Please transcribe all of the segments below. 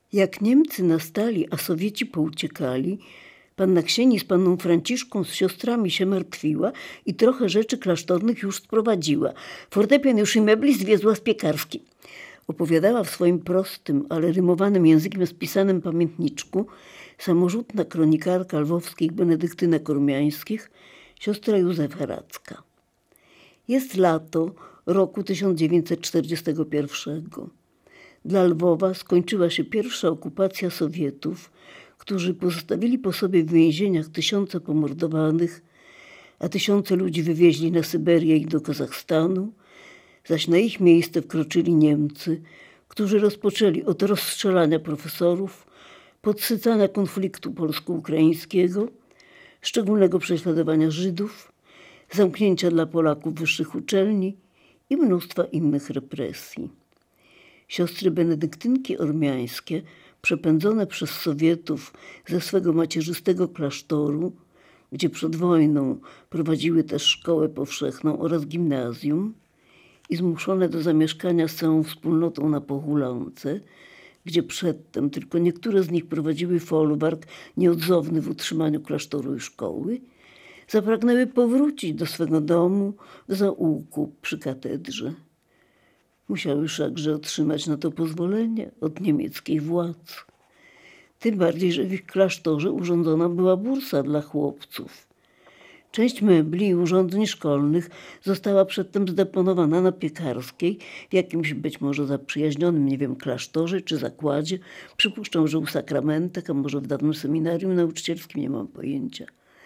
Jak Niemcy nastali, a Sowieci pouciekali, panna Ksieni z panną Franciszką, z siostrami się martwiła i trochę rzeczy klasztornych już sprowadziła. Fortepian już i mebli zwiezła z piekarskiej. Opowiadała w swoim prostym, ale rymowanym językiem spisanym pamiętniczku samorzutna kronikarka lwowskich Benedyktynek Ormiańskich, siostra Józefa Radzka. Jest lato roku 1941. Dla Lwowa skończyła się pierwsza okupacja Sowietów, którzy pozostawili po sobie w więzieniach tysiące pomordowanych, a tysiące ludzi wywieźli na Syberię i do Kazachstanu, zaś na ich miejsce wkroczyli Niemcy, którzy rozpoczęli od rozstrzelania profesorów, podsycania konfliktu polsko-ukraińskiego, szczególnego prześladowania Żydów, zamknięcia dla Polaków wyższych uczelni i mnóstwa innych represji. Siostry benedyktynki ormiańskie, przepędzone przez Sowietów ze swego macierzystego klasztoru, gdzie przed wojną prowadziły też szkołę powszechną oraz gimnazjum, i zmuszone do zamieszkania z całą wspólnotą na Pohulance, gdzie przedtem tylko niektóre z nich prowadziły folwark nieodzowny w utrzymaniu klasztoru i szkoły, zapragnęły powrócić do swego domu w zaułku przy katedrze. Musiały wszakże otrzymać na to pozwolenie od niemieckich władz. Tym bardziej, że w ich klasztorze urządzona była bursa dla chłopców. Część mebli i urządzeń szkolnych została przedtem zdeponowana na Piekarskiej, w jakimś być może zaprzyjaźnionym, klasztorze czy zakładzie. Przypuszczam, że u sakramentek, a może w dawnym seminarium nauczycielskim, nie mam pojęcia.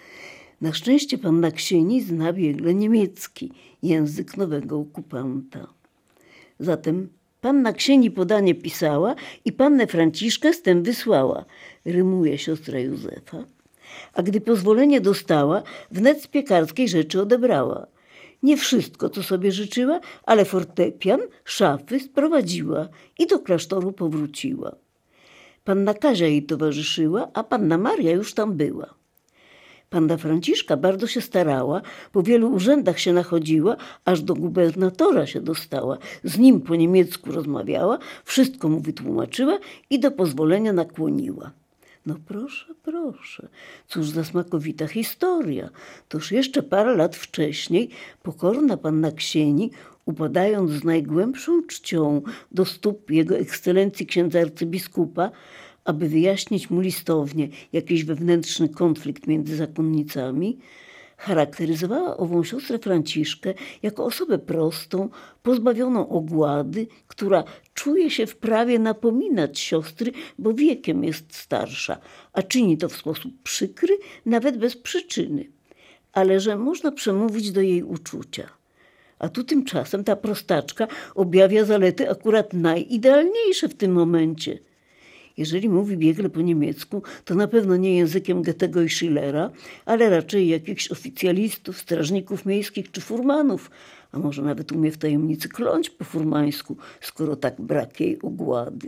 Na szczęście panna Ksieni zna biegle niemiecki, język nowego okupanta. Zatem panna Ksieni podanie pisała i pannę Franciszkę z tym wysłała, rymuje siostra Józefa. A gdy pozwolenie dostała, wnet z Piekarskiej rzeczy odebrała. Nie wszystko, co sobie życzyła, ale fortepian, szafy sprowadziła i do klasztoru powróciła. Panna Kazia jej towarzyszyła, a panna Maria już tam była. Panna Franciszka bardzo się starała, po wielu urzędach się nachodziła, aż do gubernatora się dostała. Z nim po niemiecku rozmawiała, wszystko mu wytłumaczyła i do pozwolenia nakłoniła. No proszę, proszę, cóż za smakowita historia. Toż jeszcze parę lat wcześniej pokorna panna Ksieni, upadając z najgłębszą czcią do stóp jego ekscelencji księdza arcybiskupa, aby wyjaśnić mu listownie jakiś wewnętrzny konflikt między zakonnicami, charakteryzowała ową siostrę Franciszkę jako osobę prostą, pozbawioną ogłady, która czuje się w prawie napominać siostry, bo wiekiem jest starsza, a czyni to w sposób przykry, nawet bez przyczyny, ale że można przemówić do jej uczucia. A tu tymczasem ta prostaczka objawia zalety akurat najidealniejsze w tym momencie. Jeżeli mówi biegle po niemiecku, to na pewno nie językiem Goethego i Schillera, ale raczej jakichś oficjalistów, strażników miejskich czy furmanów, a może nawet umie w tajemnicy kląć po furmańsku, skoro tak brak jej ogłady.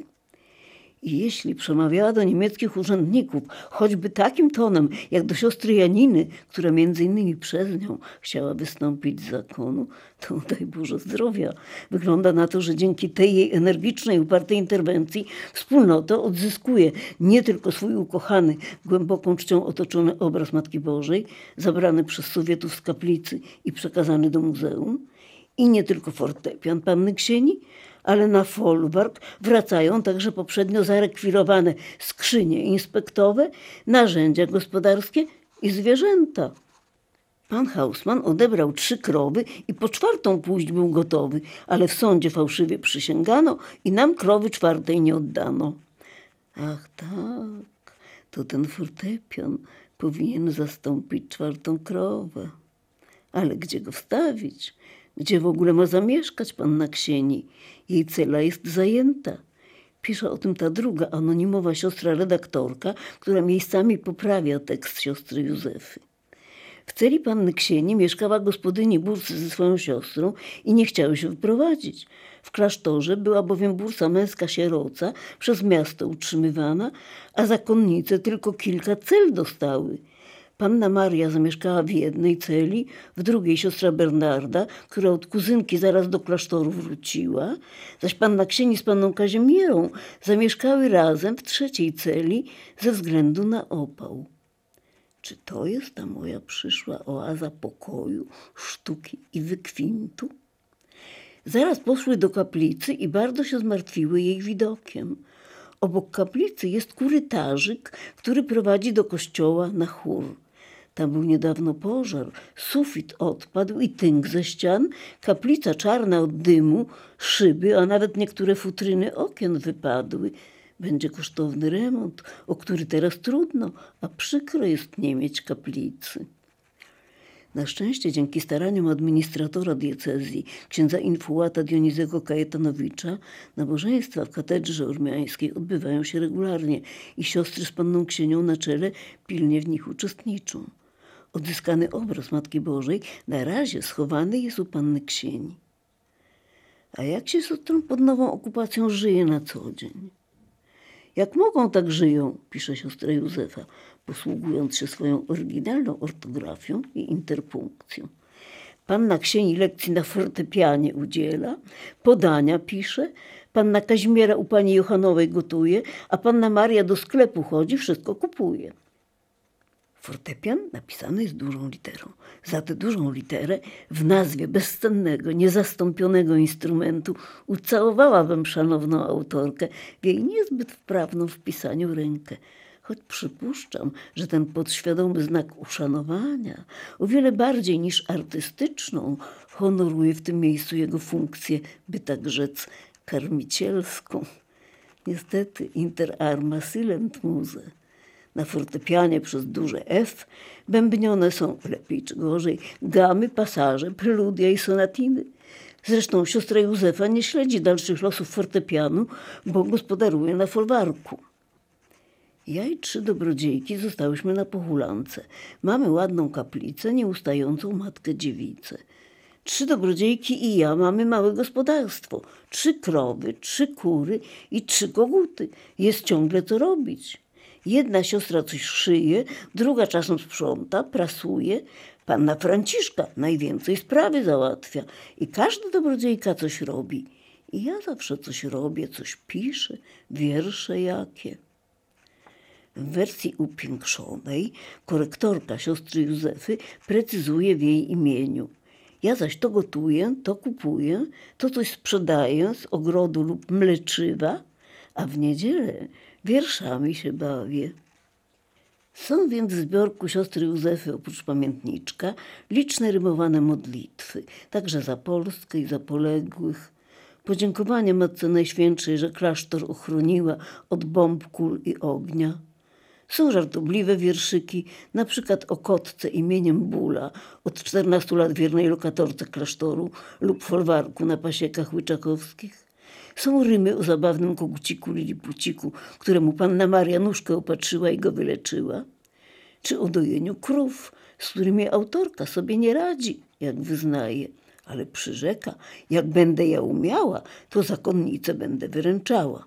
I jeśli przemawiała do niemieckich urzędników, choćby takim tonem, jak do siostry Janiny, która między innymi przez nią chciała wystąpić z zakonu, to daj Boże zdrowia. Wygląda na to, że dzięki tej jej energicznej, upartej interwencji wspólnota odzyskuje nie tylko swój ukochany, głęboką czcią otoczony obraz Matki Bożej, zabrany przez Sowietów z kaplicy i przekazany do muzeum, i nie tylko fortepian panny Ksieni, ale na folwark wracają także poprzednio zarekwirowane skrzynie inspektowe, narzędzia gospodarskie i zwierzęta. Pan Hausmann odebrał 3 krowy i po 4. pójść był gotowy, ale w sądzie fałszywie przysięgano i nam krowy 4. nie oddano. Ach tak, to ten fortepian powinien zastąpić 4. krowę. Ale gdzie go wstawić? Gdzie w ogóle ma zamieszkać panna Ksieni? Jej cela jest zajęta. Pisze o tym ta druga, anonimowa siostra redaktorka, która miejscami poprawia tekst siostry Józefy. W celi panny Ksieni mieszkała gospodyni bursy ze swoją siostrą i nie chciały się wyprowadzić. W klasztorze była bowiem bursa męska sieroca, przez miasto utrzymywana, a zakonnice tylko kilka cel dostały. Panna Maria zamieszkała w jednej celi, w drugiej siostra Bernarda, która od kuzynki zaraz do klasztoru wróciła, zaś panna Ksieni z panną Kazimierą zamieszkały razem w trzeciej celi ze względu na opał. Czy to jest ta moja przyszła oaza pokoju, sztuki i wykwintu? Zaraz poszły do kaplicy i bardzo się zmartwiły jej widokiem. Obok kaplicy jest korytarzyk, który prowadzi do kościoła na chór. Tam był niedawno pożar, sufit odpadł i tynk ze ścian, kaplica czarna od dymu, szyby, a nawet niektóre futryny okien wypadły. Będzie kosztowny remont, o który teraz trudno, a przykro jest nie mieć kaplicy. Na szczęście dzięki staraniom administratora diecezji, księdza infułata Dionizego Kajetanowicza, nabożeństwa w katedrze ormiańskiej odbywają się regularnie i siostry z panną Ksienią na czele pilnie w nich uczestniczą. Odzyskany obraz Matki Bożej na razie schowany jest u panny Ksieni. A jak się siostrom pod nową okupacją żyje na co dzień? Jak mogą, tak żyją, pisze siostra Józefa, posługując się swoją oryginalną ortografią i interpunkcją. Panna Ksieni lekcji na fortepianie udziela, podania pisze, panna Kazimiera u pani Johanowej gotuje, a panna Maria do sklepu chodzi, wszystko kupuje. Fortepian napisany jest dużą literą. Za tę dużą literę w nazwie bezcennego, niezastąpionego instrumentu ucałowałabym szanowną autorkę w jej niezbyt wprawną w pisaniu rękę. Choć przypuszczam, że ten podświadomy znak uszanowania o wiele bardziej niż artystyczną honoruje w tym miejscu jego funkcję, by tak rzec, karmicielską. Niestety inter arma silent muse. Na fortepianie przez duże F bębnione są, lepiej czy gorzej, gamy, pasaże, preludia i sonatiny. Zresztą siostra Józefa nie śledzi dalszych losów fortepianu, bo gospodaruje na folwarku. Ja i 3 dobrodziejki zostałyśmy na Pohulance. Mamy ładną kaplicę, nieustającą Matkę Dziewicę. 3 dobrodziejki i ja mamy małe gospodarstwo. 3 krowy, 3 kury i 3 koguty. Jest ciągle co robić. Jedna siostra coś szyje, druga czasem sprząta, prasuje. Panna Franciszka najwięcej sprawy załatwia i każda dobrodziejka coś robi. I ja zawsze coś robię, coś piszę, wiersze jakie. W wersji upiększonej korektorka siostry Józefy precyzuje w jej imieniu. Ja zaś to gotuję, to kupuję, to coś sprzedaję z ogrodu lub mleczywa, a w niedzielę wierszami się bawię. Są więc w zbiorku siostry Józefy oprócz pamiętniczka liczne rymowane modlitwy, także za Polskę i za poległych. Podziękowanie Matce Najświętszej, że klasztor ochroniła od bomb, kul i ognia. Są żartobliwe wierszyki, na przykład o kotce imieniem Bula, od 14 lat wiernej lokatorce klasztoru lub folwarku na pasiekach łyczakowskich. Są rymy o zabawnym koguciku Lilipuciku, któremu panna Maria nóżkę opatrzyła i go wyleczyła. Czy o dojeniu krów, z którymi autorka sobie nie radzi, jak wyznaje, ale przyrzeka, jak będę ja umiała, to zakonnicę będę wyręczała.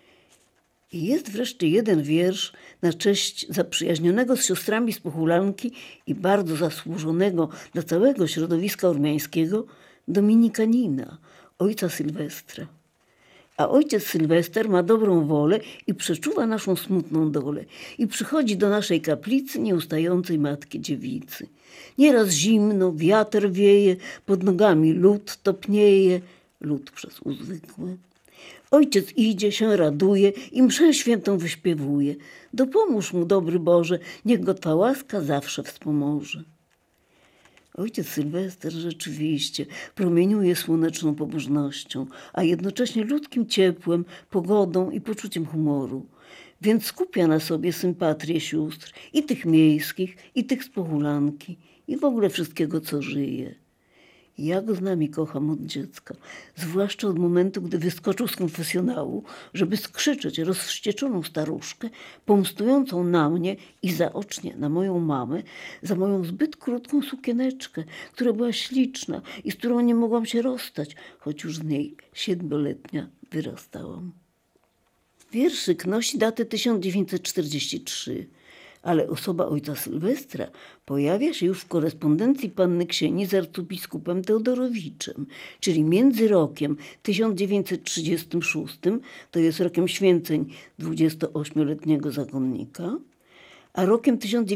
I jest wreszcie jeden wiersz na cześć zaprzyjaźnionego z siostrami z Pohulanki i bardzo zasłużonego dla całego środowiska ormiańskiego dominikanina, ojca Sylwestra. A ojciec Sylwester ma dobrą wolę i przeczuwa naszą smutną dolę i przychodzi do naszej kaplicy nieustającej Matki Dziewicy. Nieraz zimno, wiatr wieje, pod nogami lód topnieje, lód przez uzwykłe. Ojciec idzie, się raduje i mszę świętą wyśpiewuje. Dopomóż mu, dobry Boże, niech go Twa łaska zawsze wspomoże. Ojciec Sylwester rzeczywiście promieniuje słoneczną pobożnością, a jednocześnie ludzkim ciepłem, pogodą i poczuciem humoru. Więc skupia na sobie sympatrię sióstr, i tych miejskich, i tych z Pohulanki, i w ogóle wszystkiego, co żyje. Ja go z nami kocham od dziecka, zwłaszcza od momentu, gdy wyskoczył z konfesjonału, żeby skrzyczeć rozwścieczoną staruszkę, pomstującą na mnie i zaocznie na moją mamę za moją zbyt krótką sukieneczkę, która była śliczna i z którą nie mogłam się rozstać, choć już z niej 7-letnia wyrastałam. Wierszyk nosi datę 1943, ale osoba ojca Sylwestra pojawia się już w korespondencji panny Ksieni z arcybiskupem Teodorowiczem, czyli między rokiem 1936, to jest rokiem święceń 28-letniego zakonnika, a rokiem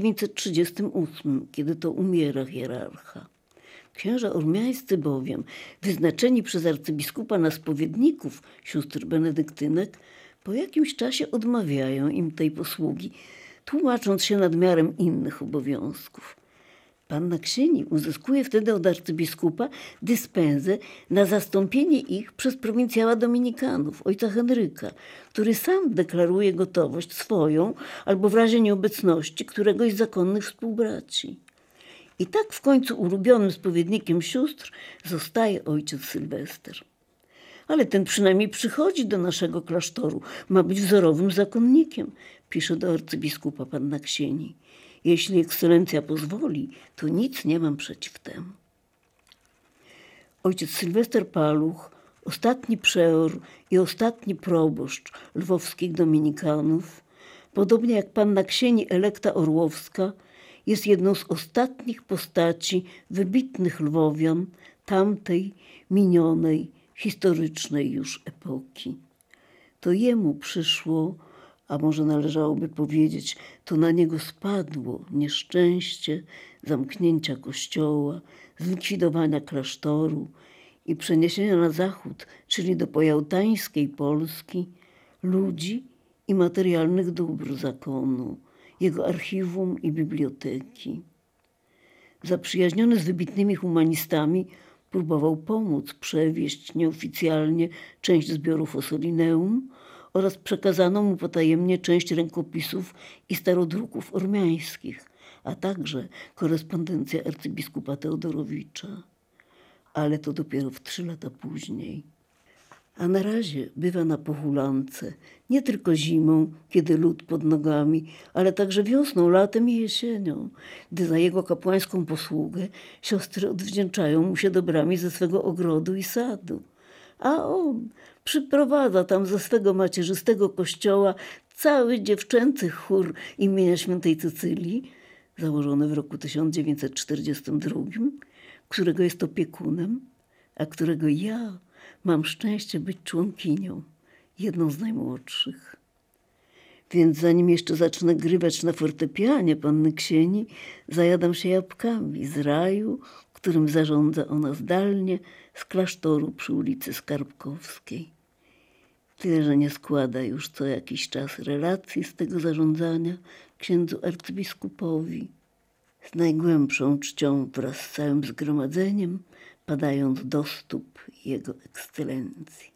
1938, kiedy to umiera hierarcha. Księża ormiańscy bowiem, wyznaczeni przez arcybiskupa na spowiedników sióstr benedyktynek, po jakimś czasie odmawiają im tej posługi, tłumacząc się nadmiarem innych obowiązków. Panna Ksieni uzyskuje wtedy od arcybiskupa dyspensę na zastąpienie ich przez prowincjała dominikanów, ojca Henryka, który sam deklaruje gotowość swoją albo w razie nieobecności któregoś z zakonnych współbraci. I tak w końcu ulubionym spowiednikiem sióstr zostaje ojciec Sylwester. Ale ten przynajmniej przychodzi do naszego klasztoru, ma być wzorowym zakonnikiem, pisze do arcybiskupa panna Ksieni. Jeśli ekscelencja pozwoli, to nic nie mam przeciw temu. Ojciec Sylwester Paluch, ostatni przeor i ostatni proboszcz lwowskich dominikanów, podobnie jak panna Ksieni Elekta Orłowska, jest jedną z ostatnich postaci wybitnych lwowian tamtej minionej, historycznej już epoki. To jemu przyszło, a może należałoby powiedzieć, to na niego spadło nieszczęście zamknięcia kościoła, zlikwidowania klasztoru i przeniesienia na zachód, czyli do pojałtańskiej Polski, ludzi i materialnych dóbr zakonu, jego archiwum i biblioteki. Zaprzyjaźniony z wybitnymi humanistami, próbował pomóc przewieźć nieoficjalnie część zbiorów Ossolineum oraz przekazano mu potajemnie część rękopisów i starodruków ormiańskich, a także korespondencja arcybiskupa Teodorowicza. Ale to dopiero w 3 lata później. A na razie bywa na Pohulance, nie tylko zimą, kiedy lód pod nogami, ale także wiosną, latem i jesienią, gdy za jego kapłańską posługę siostry odwdzięczają mu się dobrami ze swego ogrodu i sadu. A on przyprowadza tam ze swego macierzystego kościoła cały dziewczęcy chór imienia świętej Cecylii, założony w roku 1942, którego jest opiekunem, a którego ja mam szczęście być członkinią, jedną z najmłodszych. Więc zanim jeszcze zacznę grywać na fortepianie panny Ksieni, zajadam się jabłkami z raju, którym zarządza ona zdalnie z klasztoru przy ulicy Skarbkowskiej. Tyle, że nie składa już co jakiś czas relacji z tego zarządzania księdzu arcybiskupowi. Z najgłębszą czcią wraz z całym zgromadzeniem, padając do stóp jego ekscelencji.